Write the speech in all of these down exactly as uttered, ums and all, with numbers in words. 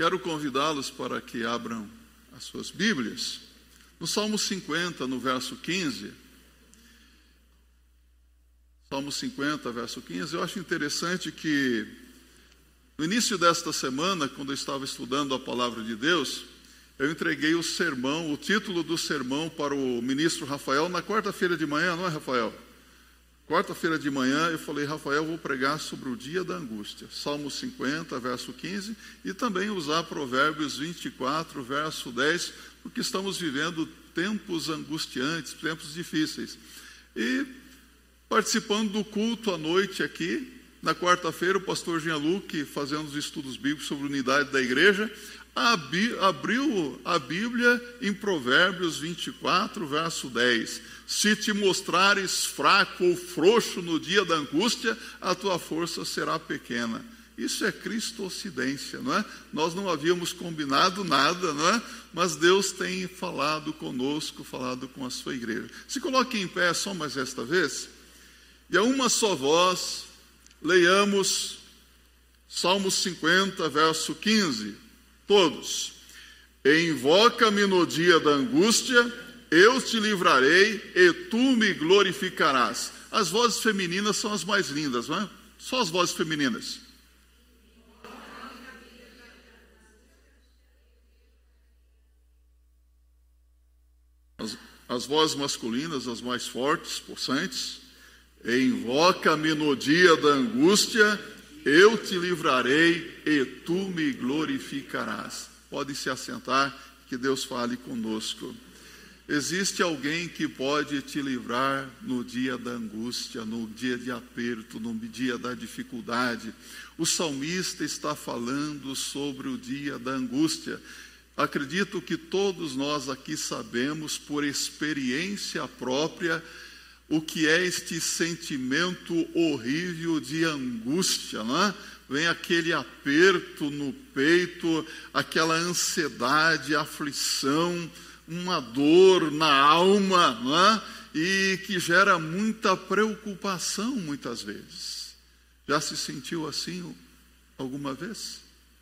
Quero convidá-los para que abram as suas Bíblias. No Salmo cinquenta, no verso quinze. Salmo cinquenta, verso quinze. Eu acho interessante que no início desta semana, quando eu estava estudando a palavra de Deus, eu entreguei o sermão, o título do sermão para o ministro Rafael na quarta-feira de manhã, não é, Rafael? Quarta-feira de manhã eu falei, Rafael, vou pregar sobre o dia da angústia. Salmo cinquenta, verso quinze, e também usar Provérbios vinte e quatro, verso dez, porque estamos vivendo tempos angustiantes, tempos difíceis. E participando do culto à noite aqui, na quarta-feira, o pastor Jean-Luc, fazendo os estudos bíblicos sobre a unidade da igreja, abriu a Bíblia em Provérbios vinte e quatro, verso dez. Se te mostrares fraco ou frouxo no dia da angústia, a tua força será pequena. Isso é cristocidência, não é? Nós não havíamos combinado nada, não é? Mas Deus tem falado conosco, falado com a sua igreja. Se coloque em pé só mais esta vez, e a uma só voz, leiamos Salmo cinquenta, verso quinze. Todos. Invoca-me no dia da angústia, eu te livrarei e tu me glorificarás. As vozes femininas são as mais lindas, não é? Só as vozes femininas. As, as vozes masculinas, as mais fortes, possantes. Invoca-me no dia da angústia, eu te livrarei e tu me glorificarás. Pode se assentar, que Deus fale conosco. Existe alguém que pode te livrar no dia da angústia, no dia de aperto, no dia da dificuldade. O salmista está falando sobre o dia da angústia. Acredito que todos nós aqui sabemos, por experiência própria, o que é este sentimento horrível de angústia, não é? Vem aquele aperto no peito, aquela ansiedade, aflição, uma dor na alma, não é? E que gera muita preocupação muitas vezes. Já se sentiu assim alguma vez?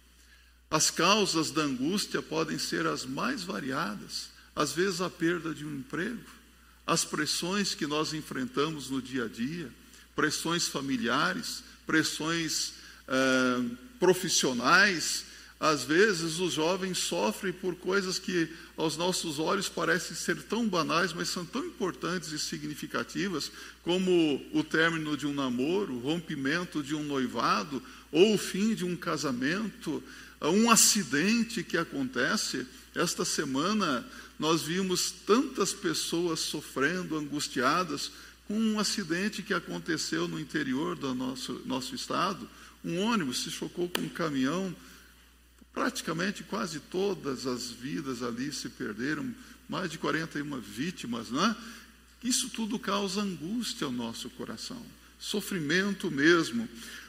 As causas da angústia podem ser as mais variadas. Às vezes a perda de um emprego, as pressões que nós enfrentamos no dia a dia, pressões familiares, pressões eh, profissionais. Às vezes os jovens sofrem por coisas que aos nossos olhos parecem ser tão banais, mas são tão importantes e significativas, como o término de um namoro, o rompimento de um noivado, ou o fim de um casamento, um acidente que acontece. Esta semana nós vimos tantas pessoas sofrendo, angustiadas, com um acidente que aconteceu no interior do nosso, nosso estado. Um ônibus se chocou com um caminhão, praticamente quase todas as vidas ali se perderam, mais de quarenta e uma vítimas, não é? Isso tudo causa angústia ao nosso coração, sofrimento mesmo.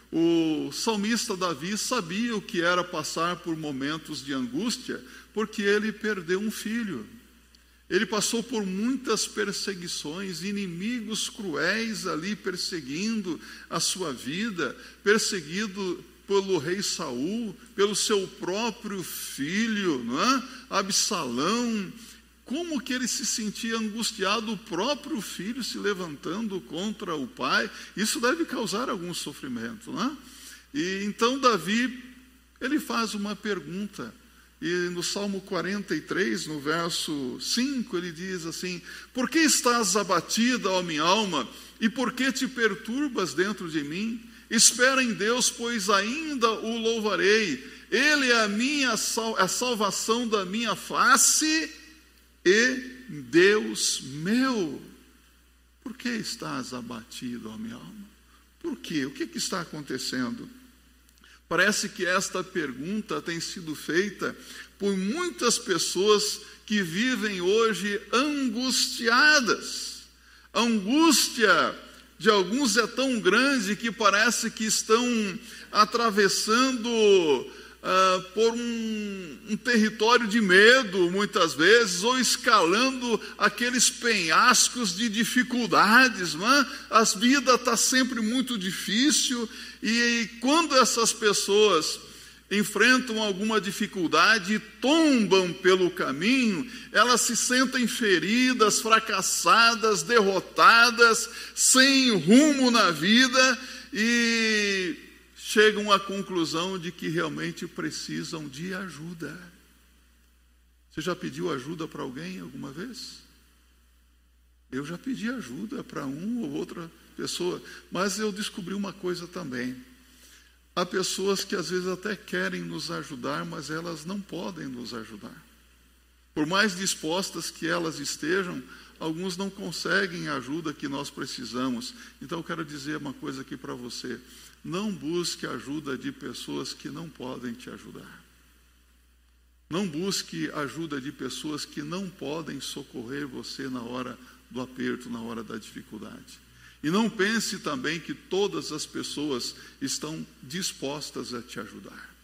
O salmista Davi sabia o que era passar por momentos de angústia, porque ele perdeu um filho. Ele passou por muitas perseguições, inimigos cruéis ali perseguindo a sua vida, perseguido pelo rei Saul, pelo seu próprio filho, não é? Absalão. Como que ele se sentia angustiado, o próprio filho se levantando contra o pai? Isso deve causar algum sofrimento, não é? E então Davi, ele faz uma pergunta. E no Salmo quarenta e três, no verso cinco, ele diz assim: por que estás abatida, ó minha alma, e por que te perturbas dentro de mim? Espera em Deus, pois ainda o louvarei. Ele é a minha sal- a salvação da minha face e Deus meu. Por que estás abatido, ó minha alma? Por quê? O que, que está acontecendo? Parece que esta pergunta tem sido feita por muitas pessoas que vivem hoje angustiadas. A angústia de alguns é tão grande que parece que estão atravessando uh, por um, um território de medo, muitas vezes, ou escalando aqueles penhascos de dificuldades, não é? A vida está sempre muito difícil, e quando essas pessoas enfrentam alguma dificuldade e tombam pelo caminho, elas se sentem feridas, fracassadas, derrotadas, sem rumo na vida e chegam à conclusão de que realmente precisam de ajuda. Você já pediu ajuda para alguém alguma vez? Eu já pedi ajuda para um ou outra pessoa, mas eu descobri uma coisa também. Há pessoas que às vezes até querem nos ajudar, mas elas não podem nos ajudar. Por mais dispostas que elas estejam, alguns não conseguem a ajuda que nós precisamos. Então eu quero dizer uma coisa aqui para você. Não busque ajuda de pessoas que não podem te ajudar. Não busque ajuda de pessoas que não podem socorrer você na hora do aperto, na hora da dificuldade. E não pense também que todas as pessoas estão dispostas a te ajudar.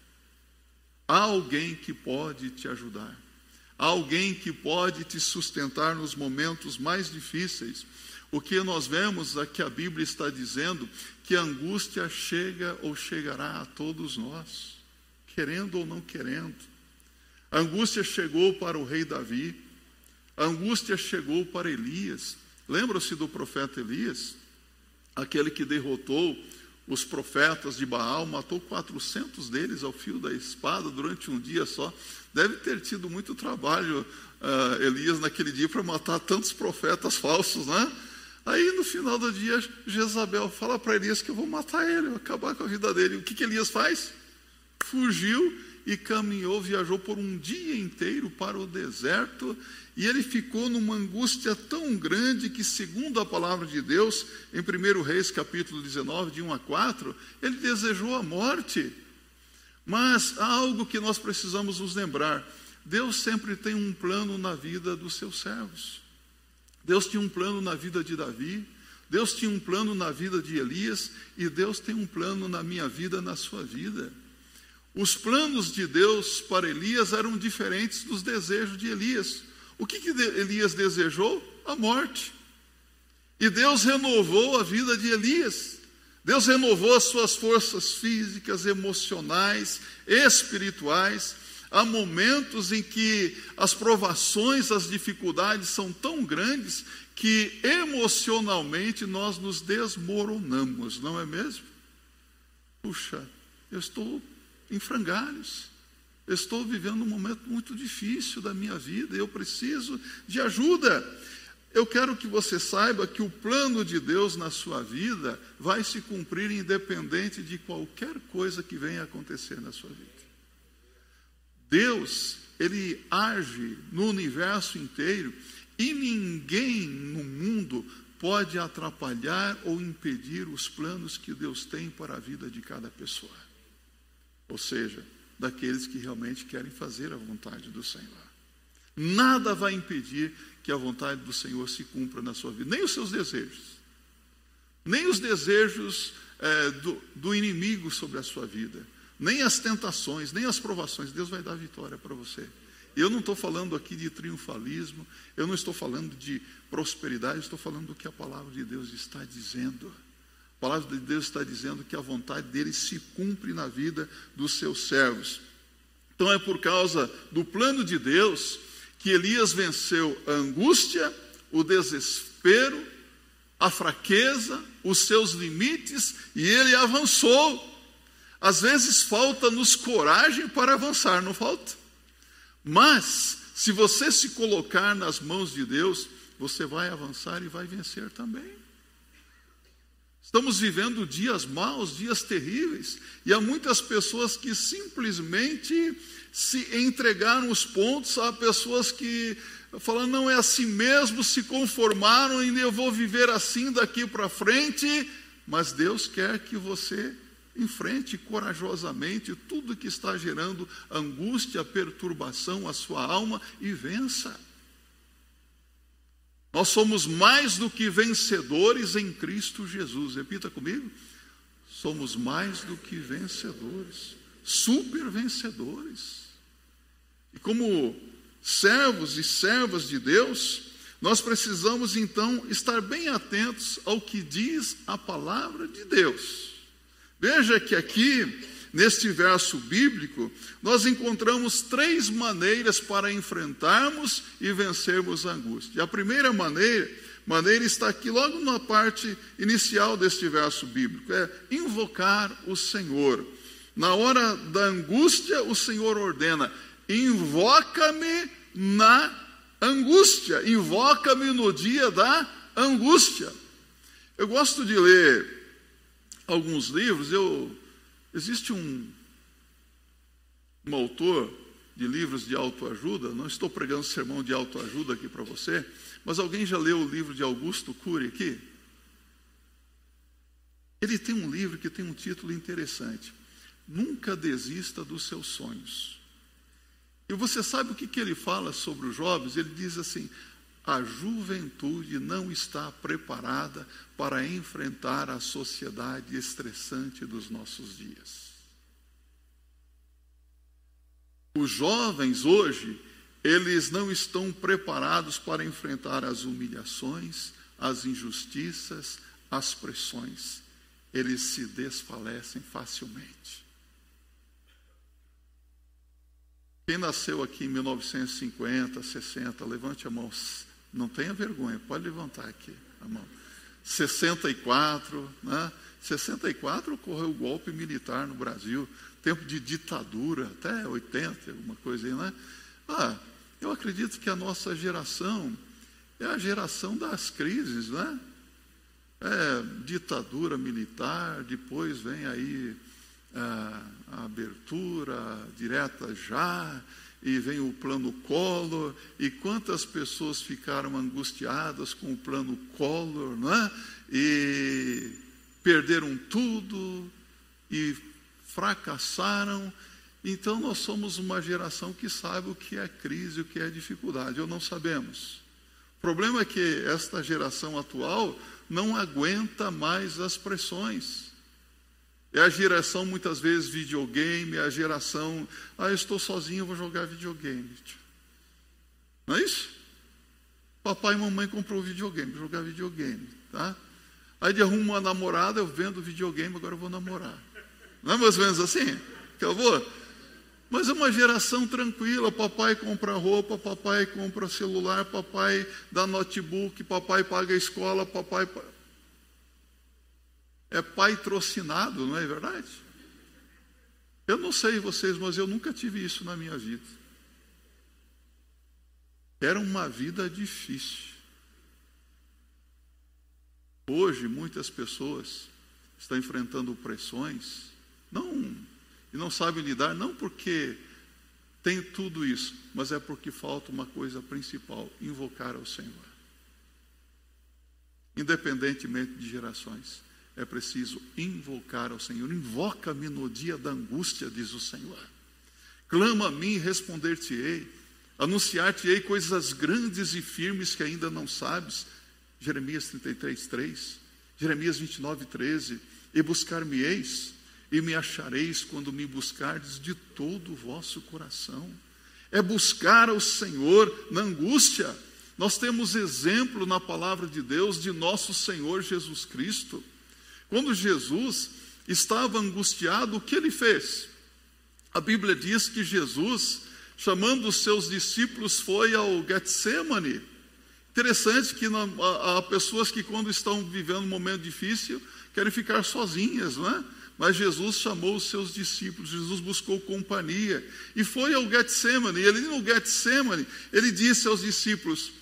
Há alguém que pode te ajudar. Há alguém que pode te sustentar nos momentos mais difíceis. O que nós vemos aqui, a Bíblia está dizendo que a angústia chega ou chegará a todos nós, querendo ou não querendo. A angústia chegou para o rei Davi. A angústia chegou para Elias. Lembram-se do profeta Elias? Aquele que derrotou os profetas de Baal, matou quatrocentos deles ao fio da espada durante um dia só. Deve ter tido muito trabalho, uh, Elias, naquele dia para matar tantos profetas falsos, né? Aí, no final do dia, Jezabel fala para Elias que eu vou matar ele, eu vou acabar com a vida dele. O que, que Elias faz? Fugiu e caminhou, viajou por um dia inteiro para o deserto, e ele ficou numa angústia tão grande que, segundo a palavra de Deus, em primeiro Reis, capítulo dezenove, de um a quatro, ele desejou a morte. Mas há algo que nós precisamos nos lembrar. Deus sempre tem um plano na vida dos seus servos. Deus tinha um plano na vida de Davi, Deus tinha um plano na vida de Elias, e Deus tem um plano na minha vida, na sua vida. Os planos de Deus para Elias eram diferentes dos desejos de Elias. O que, que Elias desejou? A morte. E Deus renovou a vida de Elias. Deus renovou as suas forças físicas, emocionais, espirituais. Há momentos em que as provações, as dificuldades são tão grandes que emocionalmente nós nos desmoronamos, não é mesmo? Puxa, eu estou em frangalhos, eu estou vivendo um momento muito difícil da minha vida, eu preciso de ajuda. Eu quero que você saiba que o plano de Deus na sua vida vai se cumprir independente de qualquer coisa que venha acontecer na sua vida. Deus, Ele age no universo inteiro e ninguém no mundo pode atrapalhar ou impedir os planos que Deus tem para a vida de cada pessoa. Ou seja, daqueles que realmente querem fazer a vontade do Senhor. Nada vai impedir que a vontade do Senhor se cumpra na sua vida, nem os seus desejos, nem os desejos é, do, do inimigo sobre a sua vida, nem as tentações, nem as provações. Deus vai dar vitória para você. Eu não estou falando aqui de triunfalismo, eu não estou falando de prosperidade, eu estou falando do que a palavra de Deus está dizendo. A palavra de Deus está dizendo que a vontade dele se cumpre na vida dos seus servos. Então é por causa do plano de Deus que Elias venceu a angústia, o desespero, a fraqueza, os seus limites, e ele avançou. Às vezes falta-nos coragem para avançar, não falta? Mas, se você se colocar nas mãos de Deus, você vai avançar e vai vencer também. Estamos vivendo dias maus, dias terríveis, e há muitas pessoas que simplesmente se entregaram os pontos. Há pessoas que falam, não é assim mesmo, se conformaram e eu vou viver assim daqui para frente. Mas Deus quer que você enfrente corajosamente tudo que está gerando angústia, perturbação à sua alma e vença. Nós somos mais do que vencedores em Cristo Jesus. Repita comigo. Somos mais do que vencedores, super vencedores. E como servos e servas de Deus, nós precisamos então estar bem atentos ao que diz a palavra de Deus. Veja que aqui neste verso bíblico, nós encontramos três maneiras para enfrentarmos e vencermos a angústia. A primeira maneira, maneira está aqui logo na parte inicial deste verso bíblico, é invocar o Senhor. Na hora da angústia, o Senhor ordena: invoca-me na angústia, invoca-me no dia da angústia. Eu gosto de ler alguns livros. Eu, existe um, um autor de livros de autoajuda, não estou pregando sermão de autoajuda aqui para você, mas alguém já leu o livro de Augusto Cury aqui? Ele tem um livro que tem um título interessante: Nunca Desista dos Seus Sonhos. E você sabe o que, que ele fala sobre os jovens? Ele diz assim: a juventude não está preparada para enfrentar a sociedade estressante dos nossos dias. Os jovens hoje, eles não estão preparados para enfrentar as humilhações, as injustiças, as pressões. Eles se desfalecem facilmente. Quem nasceu aqui em mil novecentos e cinquenta, sessenta, levante a mão. Não tenha vergonha, pode levantar aqui a mão. sessenta e quatro, né? sessenta e quatro ocorreu o golpe militar no Brasil, tempo de ditadura, até oitenta, alguma coisa aí, né? Ah, eu acredito que a nossa geração é a geração das crises, né? É, ditadura militar, depois vem aí a, a abertura direta já, e vem o plano Collor, e quantas pessoas ficaram angustiadas com o plano Collor, né? E perderam tudo, e fracassaram. Então nós somos uma geração que sabe o que é crise, o que é dificuldade. Ou não sabemos. O problema é que esta geração atual não aguenta mais as pressões. É a geração, muitas vezes, videogame, é a geração, ah, eu estou sozinho, eu vou jogar videogame. Não é isso? Papai e mamãe comprou videogame, vou jogar videogame, tá? Aí de arrumo uma namorada, eu vendo videogame, agora eu vou namorar. Não é mais ou menos assim que eu vou? Mas é uma geração tranquila, papai compra roupa, papai compra celular, papai dá notebook, papai paga a escola, papai... É patrocinado, não é verdade? Eu não sei vocês, mas eu nunca tive isso na minha vida. Era uma vida difícil. Hoje, muitas pessoas estão enfrentando pressões, não, e não sabem lidar, não porque tem tudo isso, mas é porque falta uma coisa principal: invocar ao Senhor. Independentemente de gerações, é preciso invocar ao Senhor. Invoca-me no dia da angústia, diz o Senhor. Clama a mim e responder-te-ei. Anunciar-te-ei coisas grandes e firmes que ainda não sabes. Jeremias trinta e três, três. Jeremias vinte e nove, treze. E buscar-me-eis, e me achareis quando me buscardes de todo o vosso coração. É buscar ao Senhor na angústia. Nós temos exemplo na palavra de Deus de nosso Senhor Jesus Cristo. Quando Jesus estava angustiado, o que ele fez? A Bíblia diz que Jesus, chamando os seus discípulos, foi ao Getsemane. Interessante que não, há, há pessoas que, quando estão vivendo um momento difícil, querem ficar sozinhas, não é? Mas Jesus chamou os seus discípulos, Jesus buscou companhia e foi ao Getsemane. E ali no Getsemane, ele disse aos discípulos: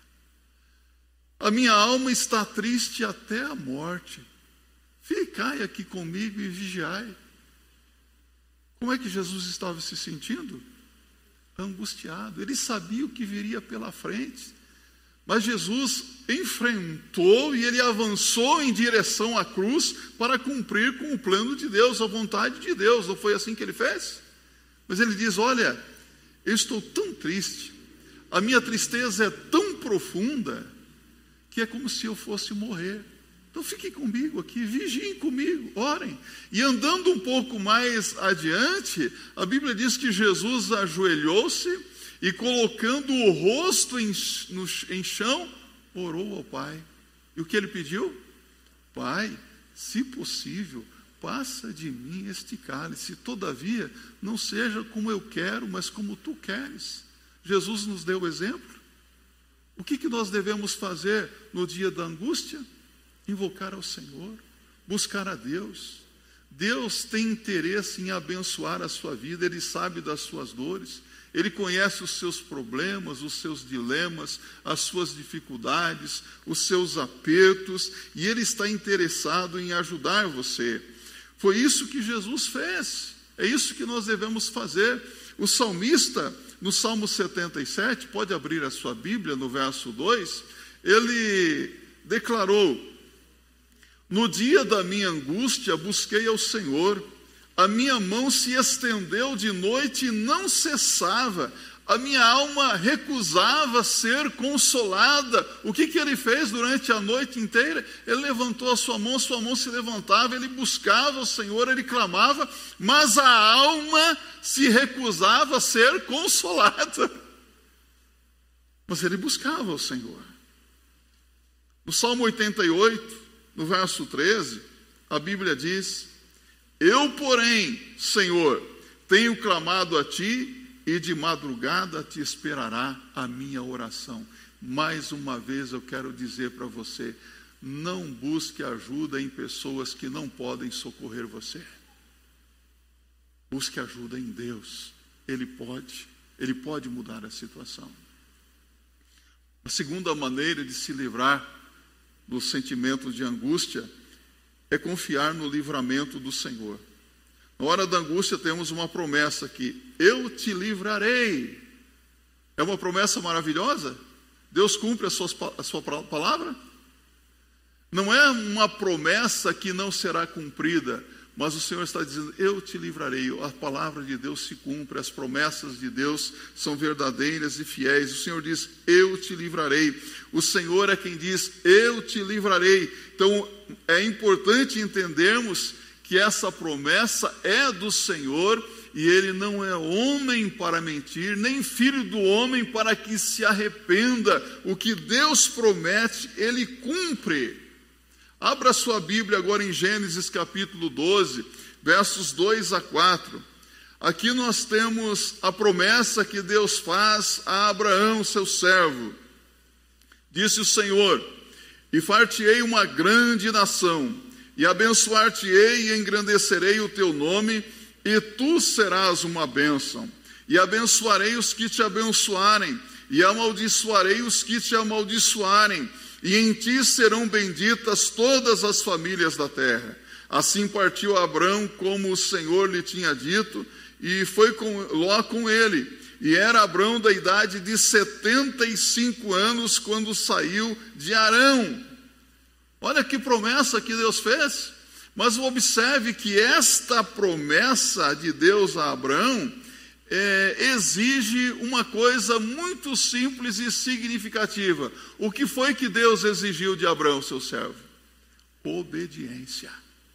a minha alma está triste até a morte. Ficai aqui comigo e vigiai. Como é que Jesus estava se sentindo? Angustiado. Ele sabia o que viria pela frente. Mas Jesus enfrentou e ele avançou em direção à cruz para cumprir com o plano de Deus, a vontade de Deus. Não foi assim que ele fez? Mas ele diz: olha, eu estou tão triste, a minha tristeza é tão profunda, que é como se eu fosse morrer. Então fiquem comigo aqui, vigiem comigo, orem. E andando um pouco mais adiante, a Bíblia diz que Jesus ajoelhou-se e, colocando o rosto em, no, em chão, orou ao Pai. E o que ele pediu? Pai, se possível, passa de mim este cálice, todavia, não seja como eu quero, mas como tu queres. Jesus nos deu o exemplo. O que, que nós devemos fazer no dia da angústia? Invocar ao Senhor, buscar a Deus. Deus tem interesse em abençoar a sua vida, Ele sabe das suas dores, Ele conhece os seus problemas, os seus dilemas, as suas dificuldades, os seus apertos, e Ele está interessado em ajudar você. Foi isso que Jesus fez, é isso que nós devemos fazer. O salmista, no Salmo setenta e sete, pode abrir a sua Bíblia, no verso dois, ele declarou: no dia da minha angústia busquei ao Senhor, a minha mão se estendeu de noite e não cessava, a minha alma recusava ser consolada. O que, que ele fez durante a noite inteira? Ele levantou a sua mão, sua mão se levantava, ele buscava o Senhor, ele clamava, mas a alma se recusava a ser consolada. Mas ele buscava o Senhor. No Salmo oitenta e oito, no verso treze, a Bíblia diz: eu, porém, Senhor, tenho clamado a Ti, e de madrugada Te esperará a minha oração. Mais uma vez eu quero dizer para você, não busque ajuda em pessoas que não podem socorrer você. Busque ajuda em Deus. Ele pode, Ele pode mudar a situação. A segunda maneira de se livrar do sentimento de angústia é confiar no livramento do Senhor. Na hora da angústia temos uma promessa aqui: eu te livrarei. É uma promessa maravilhosa? Deus cumpre a sua, a sua palavra? Não é uma promessa que não será cumprida, mas o Senhor está dizendo: eu te livrarei. A palavra de Deus se cumpre, as promessas de Deus são verdadeiras e fiéis. O Senhor diz: eu te livrarei. O Senhor é quem diz: eu te livrarei. Então é importante entendermos que essa promessa é do Senhor, e Ele não é homem para mentir, nem filho do homem para que se arrependa. O que Deus promete, Ele cumpre. Abra sua Bíblia agora em Gênesis capítulo doze, versos dois a quatro. Aqui nós temos a promessa que Deus faz a Abraão, seu servo. Disse o Senhor: e far-te-ei uma grande nação, e abençoar-te-ei e engrandecerei o teu nome, e tu serás uma bênção. E abençoarei os que te abençoarem, e amaldiçoarei os que te amaldiçoarem, e em ti serão benditas todas as famílias da terra. Assim partiu Abrão, como o Senhor lhe tinha dito, e foi com, Ló com ele. E era Abrão da idade de setenta e cinco anos, quando saiu de Harã. Olha que promessa que Deus fez. Mas observe que esta promessa de Deus a Abraão é, exige uma coisa muito simples e significativa. O que foi que Deus exigiu de Abraão, seu servo? Obediência.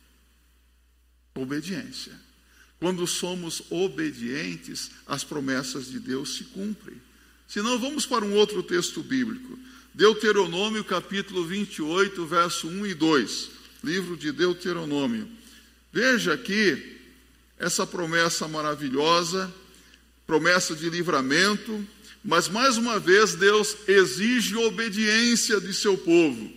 Obediência. Quando somos obedientes, as promessas de Deus se cumprem. Se não, vamos para um outro texto bíblico. Deuteronômio capítulo vinte e oito, verso um e dois. Livro de Deuteronômio. Veja aqui essa promessa maravilhosa, promessa de livramento, mas mais uma vez Deus exige obediência de seu povo.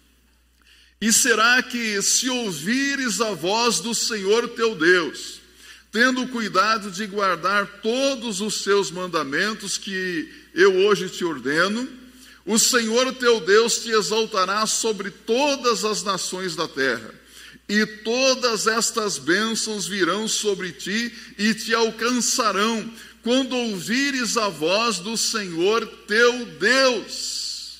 E será que, se ouvires a voz do Senhor teu Deus, tendo cuidado de guardar todos os seus mandamentos que eu hoje te ordeno, o Senhor teu Deus te exaltará sobre todas as nações da terra, e todas estas bênçãos virão sobre ti e te alcançarão, quando ouvires a voz do Senhor teu Deus.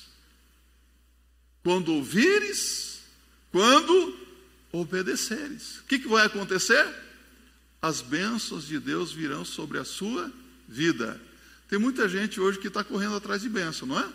Quando ouvires, quando obedeceres. O que, que vai acontecer? As bênçãos de Deus virão sobre a sua vida. Tem muita gente hoje que está correndo atrás de bênção, não é?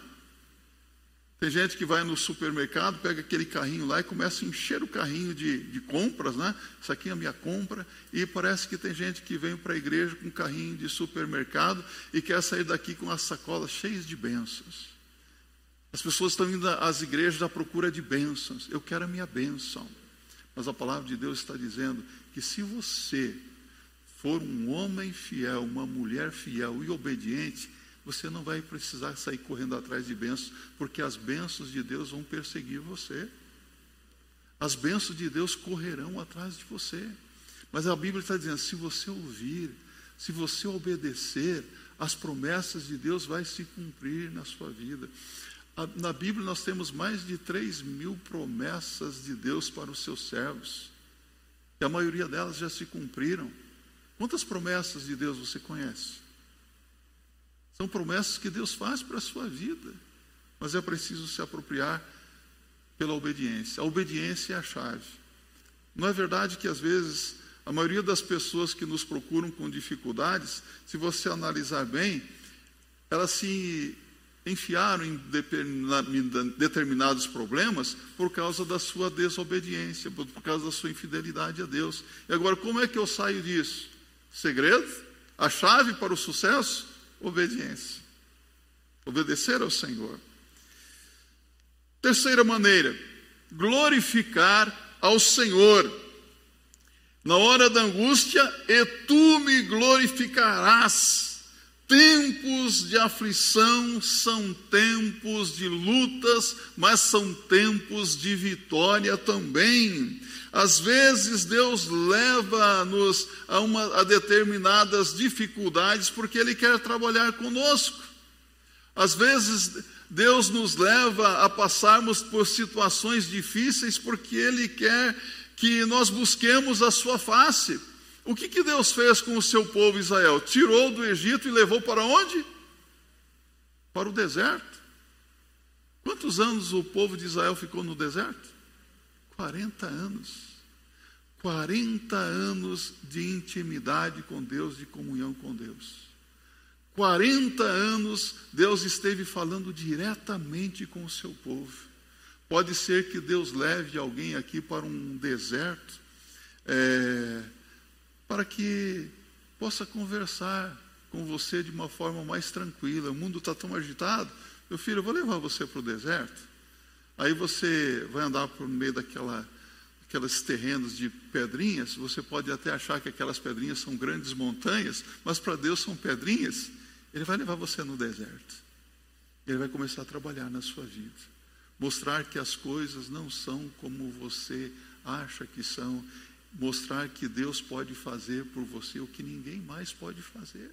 Tem gente que vai no supermercado, pega aquele carrinho lá e começa a encher o carrinho de, de compras, né? Isso aqui é a minha compra. E parece que tem gente que vem para a igreja com um carrinho de supermercado e quer sair daqui com as sacolas cheias de bênçãos. As pessoas estão indo às igrejas à procura de bênçãos. Eu quero a minha bênção. Mas a palavra de Deus está dizendo que se você for um homem fiel, uma mulher fiel e obediente, você não vai precisar sair correndo atrás de bênçãos, porque as bênçãos de Deus vão perseguir você. As bênçãos de Deus correrão atrás de você. Mas a Bíblia está dizendo, se você ouvir, se você obedecer, as promessas de Deus vão se cumprir na sua vida. Na Bíblia nós temos mais de três mil promessas de Deus para os seus servos. E a maioria delas já se cumpriram. Quantas promessas de Deus você conhece? São promessas que Deus faz para a sua vida. Mas é preciso se apropriar pela obediência. A obediência é a chave. Não é verdade que às vezes a maioria das pessoas que nos procuram com dificuldades, se você analisar bem, elas se enfiaram em determinados problemas por causa da sua desobediência, por causa da sua infidelidade a Deus. E agora, como é que eu saio disso? Segredo? A chave para o sucesso? Obediência. Obedecer ao Senhor. Terceira maneira, glorificar ao Senhor. Na hora da angústia, e tu me glorificarás. Tempos de aflição são tempos de lutas, mas são tempos de vitória também. Às vezes Deus leva-nos a, uma, a determinadas dificuldades porque Ele quer trabalhar conosco. Às vezes Deus nos leva a passarmos por situações difíceis porque Ele quer que nós busquemos a sua face. O que, que Deus fez com o seu povo Israel? Tirou do Egito e levou para onde? Para o deserto. Quantos anos o povo de Israel ficou no deserto? quarenta anos. quarenta anos de intimidade com Deus, de comunhão com Deus. quarenta anos Deus esteve falando diretamente com o seu povo. Pode ser que Deus leve alguém aqui para um deserto, é, para que possa conversar com você de uma forma mais tranquila. O mundo está tão agitado. Meu filho, eu vou levar você para o deserto. Aí você vai andar por meio daquela, aqueles terrenos de pedrinhas. Você pode até achar que aquelas pedrinhas são grandes montanhas, mas para Deus são pedrinhas. Ele vai levar você no deserto. Ele vai começar a trabalhar na sua vida. Mostrar que as coisas não são como você acha que são. Mostrar que Deus pode fazer por você o que ninguém mais pode fazer.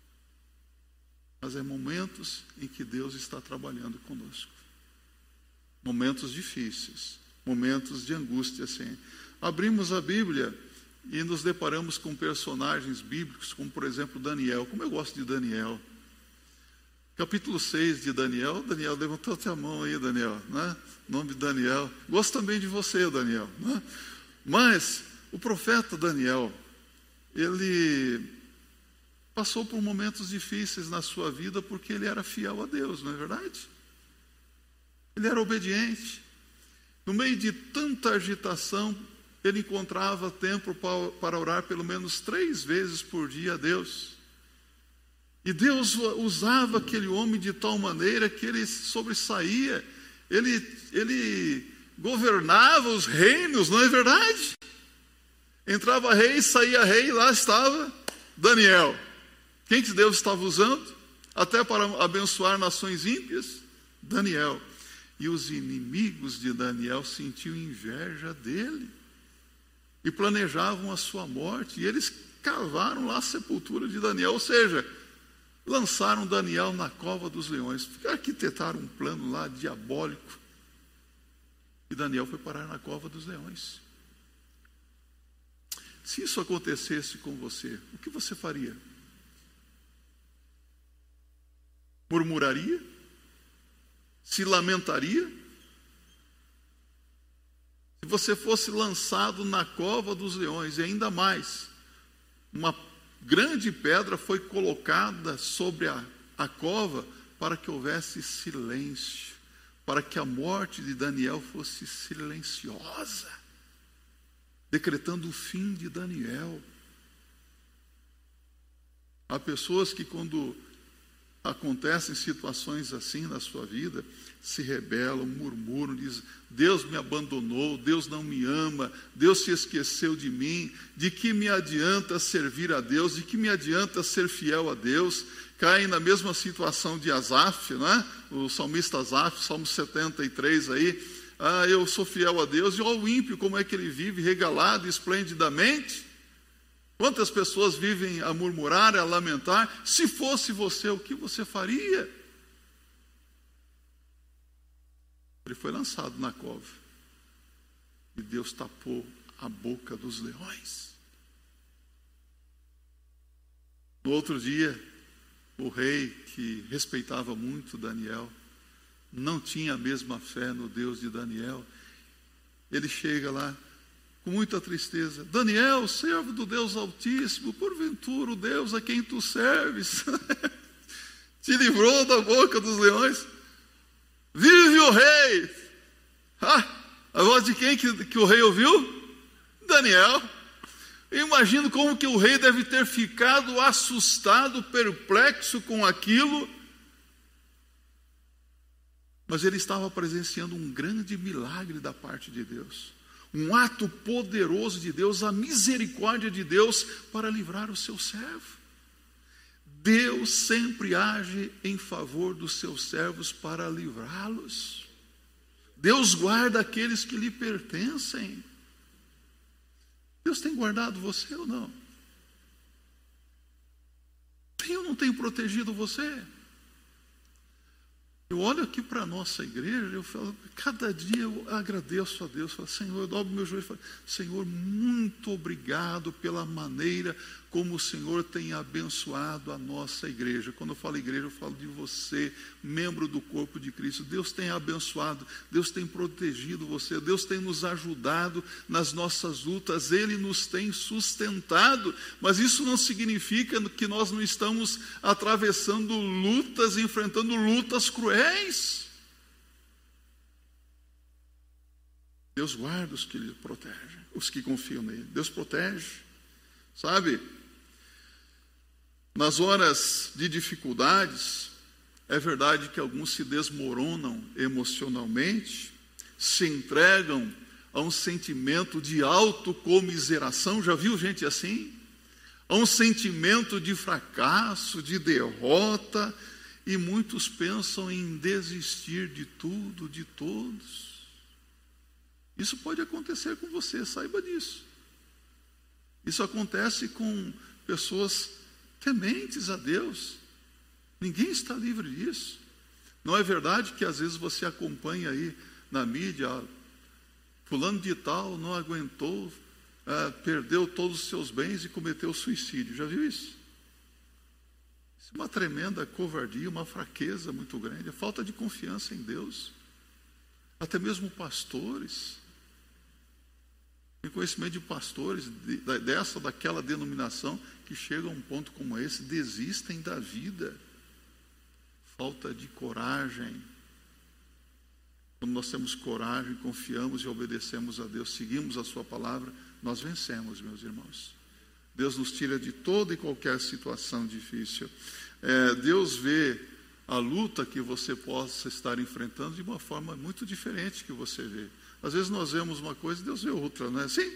Mas é momentos em que Deus está trabalhando conosco. Momentos difíceis, momentos de angústia, sim. Abrimos a Bíblia e nos deparamos com personagens bíblicos, como por exemplo Daniel. Como eu gosto de Daniel. Capítulo seis de Daniel. Daniel, levantou até a mão aí, Daniel, né? Nome de Daniel. Gosto também de você, Daniel, né? Mas o profeta Daniel, ele passou por momentos difíceis na sua vida porque ele era fiel a Deus, não é verdade? Ele era obediente. No meio de tanta agitação, ele encontrava tempo para orar pelo menos três vezes por dia a Deus. E Deus usava aquele homem de tal maneira que ele sobressaía, ele, ele governava os reinos, não é verdade? Entrava rei, saía rei, e lá estava Daniel. Quem que Deus estava usando? Até para abençoar nações ímpias? Daniel. E os inimigos de Daniel sentiam inveja dele. E planejavam a sua morte. E eles cavaram lá a sepultura de Daniel. Ou seja, lançaram Daniel na cova dos leões. Arquitetaram um plano lá diabólico. E Daniel foi parar na cova dos leões. Se isso acontecesse com você, o que você faria? Murmuraria? Se lamentaria? Se você fosse lançado na cova dos leões, e ainda mais, uma grande pedra foi colocada sobre a, a cova para que houvesse silêncio, para que a morte de Daniel fosse silenciosa, decretando o fim de Daniel. Há pessoas que quando acontecem situações assim na sua vida, se rebelam, murmuram, dizem: Deus me abandonou, Deus não me ama, Deus se esqueceu de mim, de que me adianta servir a Deus, de que me adianta ser fiel a Deus? Caem na mesma situação de Asaf, né? O salmista Asaf, Salmo setenta e três aí: ah, eu sou fiel a Deus, e olha o ímpio, como é que ele vive, regalado esplendidamente. Quantas pessoas vivem a murmurar, a lamentar? Se fosse você, o que você faria? Ele foi lançado na cova e Deus tapou a boca dos leões. No outro dia, o rei, que respeitava muito Daniel, não tinha a mesma fé no Deus de Daniel. Ele chega lá com muita tristeza: Daniel, servo do Deus Altíssimo, porventura o Deus a quem tu serves te livrou da boca dos leões? Vive o rei! Ah, a voz de quem que, que o rei ouviu? Daniel. Eu imagino como que o rei deve ter ficado assustado, perplexo com aquilo. Mas ele estava presenciando um grande milagre da parte de Deus. Um ato poderoso de Deus, a misericórdia de Deus para livrar o seu servo. Deus sempre age em favor dos seus servos para livrá-los. Deus guarda aqueles que lhe pertencem. Deus tem guardado você ou não? Tem ou não tem protegido você? Eu olho aqui para a nossa igreja, eu falo, cada dia eu agradeço a Deus, eu falo: Senhor, eu dobro meu joelho e falo: Senhor, muito obrigado pela maneira como o Senhor tem abençoado a nossa igreja. Quando eu falo igreja, eu falo de você, membro do corpo de Cristo. Deus tem abençoado, Deus tem protegido você, Deus tem nos ajudado nas nossas lutas, Ele nos tem sustentado, mas isso não significa que nós não estamos atravessando lutas, enfrentando lutas cruéis. Deus guarda os que lhe protegem, os que confiam nele. Deus protege, sabe? Nas horas de dificuldades, é verdade que alguns se desmoronam emocionalmente, se entregam a um sentimento de autocomiseração. Já viu gente assim? A um sentimento de fracasso, de derrota, e muitos pensam em desistir de tudo, de todos. Isso pode acontecer com você, saiba disso. Isso acontece com pessoas tementes a Deus. Ninguém está livre disso. Não é verdade que às vezes você acompanha aí na mídia: fulano de tal não aguentou, ah, perdeu todos os seus bens e cometeu suicídio. Já viu isso? Isso é uma tremenda covardia, uma fraqueza muito grande, a falta de confiança em Deus. Até mesmo pastores, tem conhecimento de pastores de, dessa ou daquela denominação que chegam a um ponto como esse, desistem da vida. Falta de coragem. Quando nós temos coragem, confiamos e obedecemos a Deus, seguimos a sua palavra, nós vencemos, meus irmãos. Deus nos tira de toda e qualquer situação difícil. É, Deus vê a luta que você possa estar enfrentando de uma forma muito diferente que você vê. Às vezes nós vemos uma coisa e Deus vê outra, não é assim?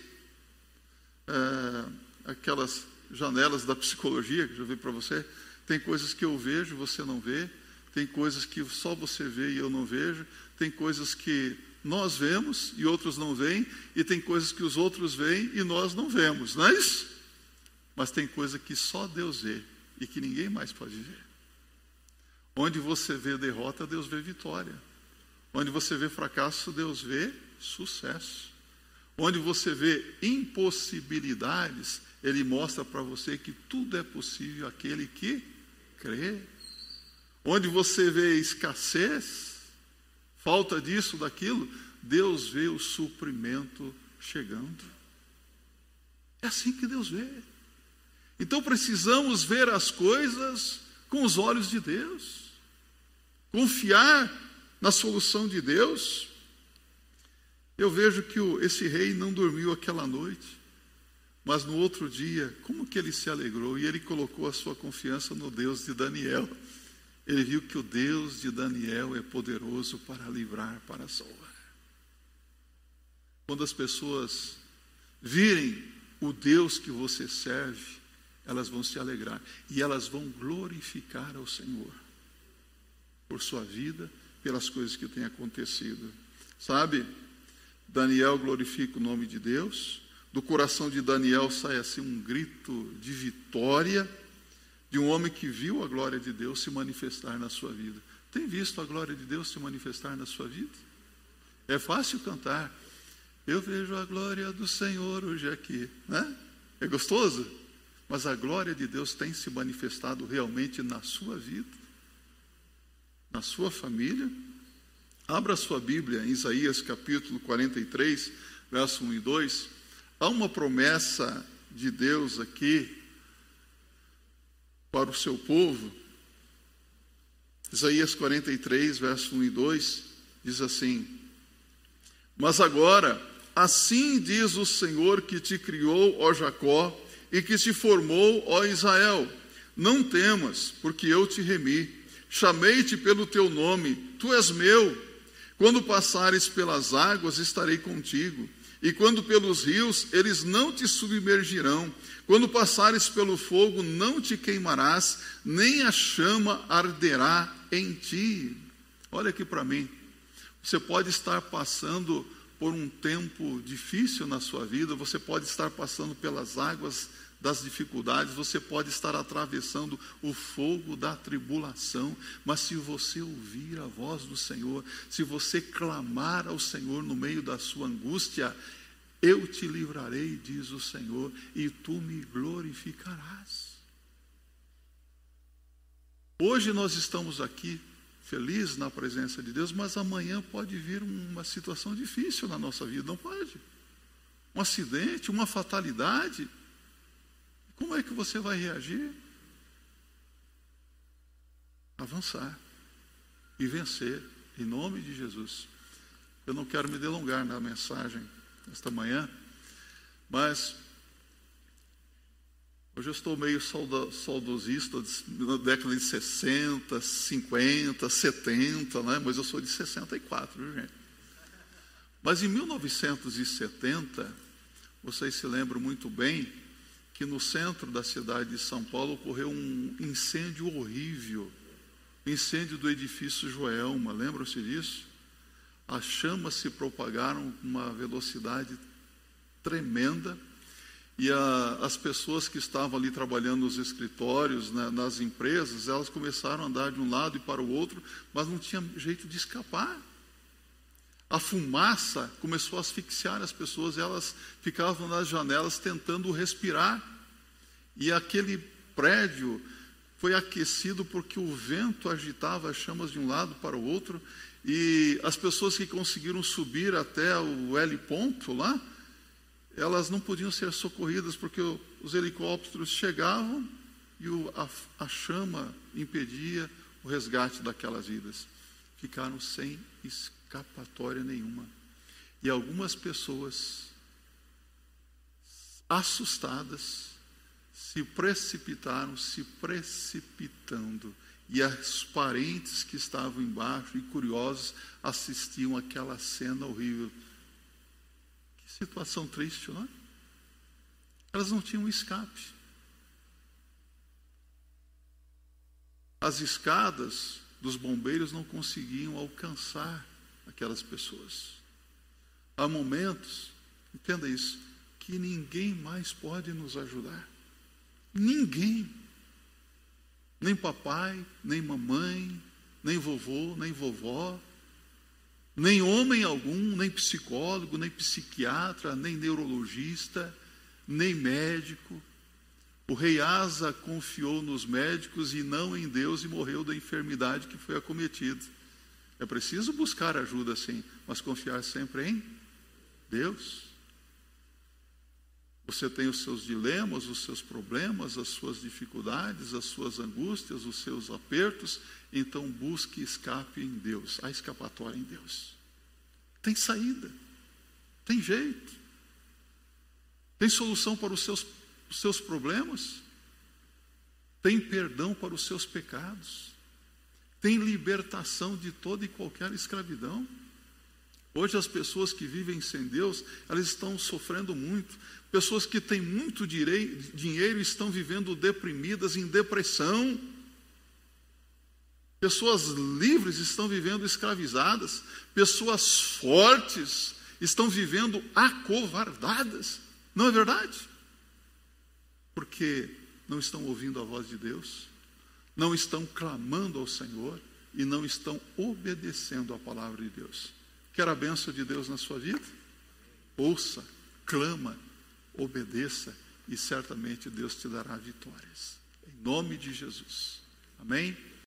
É, aquelas janelas da psicologia que eu já vi para você, tem coisas que eu vejo, você não vê, tem coisas que só você vê e eu não vejo, tem coisas que nós vemos e outros não veem, e tem coisas que os outros veem e nós não vemos, não é isso? Mas tem coisa que só Deus vê e que ninguém mais pode ver. Onde você vê derrota, Deus vê vitória. Onde você vê fracasso, Deus vê sucesso. Onde você vê impossibilidades, Ele mostra para você que tudo é possível aquele que crê. Onde você vê escassez, falta disso, daquilo, Deus vê o suprimento chegando. É assim que Deus vê. Então precisamos ver as coisas com os olhos de Deus. Confiar na solução de Deus. Eu vejo que o, esse rei não dormiu aquela noite, mas no outro dia, como que ele se alegrou? E ele colocou a sua confiança no Deus de Daniel. ele viu que o Deus de Daniel é poderoso para livrar, para salvar. Quando as pessoas virem o Deus que você serve, elas vão se alegrar e elas vão glorificar ao Senhor por sua vida, pelas coisas que têm acontecido. Sabe, Daniel glorifica o nome de Deus. Do coração de Daniel sai assim um grito de vitória de um homem que viu a glória de Deus se manifestar na sua vida. Tem visto a glória de Deus se manifestar na sua vida? É fácil cantar: eu vejo a glória do Senhor hoje aqui, né? É gostoso? Mas a glória de Deus tem se manifestado realmente na sua vida, na sua família? Abra sua Bíblia em Isaías capítulo quarenta e três, verso um e dois. Há uma promessa de Deus aqui para o seu povo. Isaías quarenta e três, verso um e dois, diz assim: mas agora, assim diz o Senhor que te criou, ó Jacó, e que te formou, ó Israel: não temas, porque eu te remi, chamei-te pelo teu nome, tu és meu. Quando passares pelas águas, estarei contigo, e quando pelos rios, eles não te submergirão. Quando passares pelo fogo, não te queimarás, nem a chama arderá em ti. Olha aqui para mim. Você pode estar passando por um tempo difícil na sua vida, você pode estar passando pelas águas das dificuldades, você pode estar atravessando o fogo da tribulação, mas se você ouvir a voz do Senhor, se você clamar ao Senhor no meio da sua angústia, eu te livrarei, diz o Senhor, e tu me glorificarás. Hoje nós estamos aqui felizes na presença de Deus, mas amanhã pode vir uma situação difícil na nossa vida, não pode? Um acidente, uma fatalidade. Como é que você vai reagir? Avançar e vencer, em nome de Jesus. Eu não quero me delongar na mensagem esta manhã, mas hoje eu estou meio saudosista na década de sessenta, cinquenta, setenta, né? Mas eu sou de sessenta e quatro, viu, gente? Mas em mil novecentos e setenta, vocês se lembram muito bem que no centro da cidade de São Paulo ocorreu um incêndio horrível, incêndio do edifício Joelma, lembram-se disso? As chamas se propagaram com uma velocidade tremenda, e a, as pessoas que estavam ali trabalhando nos escritórios, né, nas empresas, elas começaram a andar de um lado e para o outro, mas não tinha jeito de escapar. A fumaça começou a asfixiar as pessoas, elas ficavam nas janelas tentando respirar. E aquele prédio foi aquecido porque o vento agitava as chamas de um lado para o outro. E as pessoas que conseguiram subir até o L ponto lá, elas não podiam ser socorridas porque os helicópteros chegavam e o, a, a chama impedia o resgate daquelas vidas. Ficaram sem escapatória nenhuma. E algumas pessoas, assustadas, se precipitaram, se precipitando. E os parentes que estavam embaixo e curiosos assistiam àquela cena horrível. Que situação triste, não é? Elas não tinham escape. As escadas dos bombeiros não conseguiam alcançar aquelas pessoas. Há momentos, entenda isso, que ninguém mais pode nos ajudar. Ninguém. Nem papai, nem mamãe, nem vovô, nem vovó, nem homem algum, nem psicólogo, nem psiquiatra, nem neurologista, nem médico. O rei Asa confiou nos médicos e não em Deus e morreu da enfermidade que foi acometida. É preciso buscar ajuda, sim, mas confiar sempre em Deus. Você tem os seus dilemas, os seus problemas, as suas dificuldades, as suas angústias, os seus apertos, então busque escape em Deus, há escapatória em Deus. Tem saída, tem jeito, tem solução para os seus, os seus problemas, tem perdão para os seus pecados. tem libertação de toda e qualquer escravidão. Hoje as pessoas que vivem sem Deus, elas estão sofrendo muito. Pessoas que têm muito direi- dinheiro estão vivendo deprimidas, em depressão. Pessoas livres estão vivendo escravizadas. Pessoas fortes estão vivendo acovardadas. Não é verdade? Porque não estão ouvindo a voz de Deus, não estão clamando ao Senhor e não estão obedecendo à palavra de Deus. Quer a bênção de Deus na sua vida? Ouça, clama, obedeça e certamente Deus te dará vitórias. Em nome de Jesus. Amém?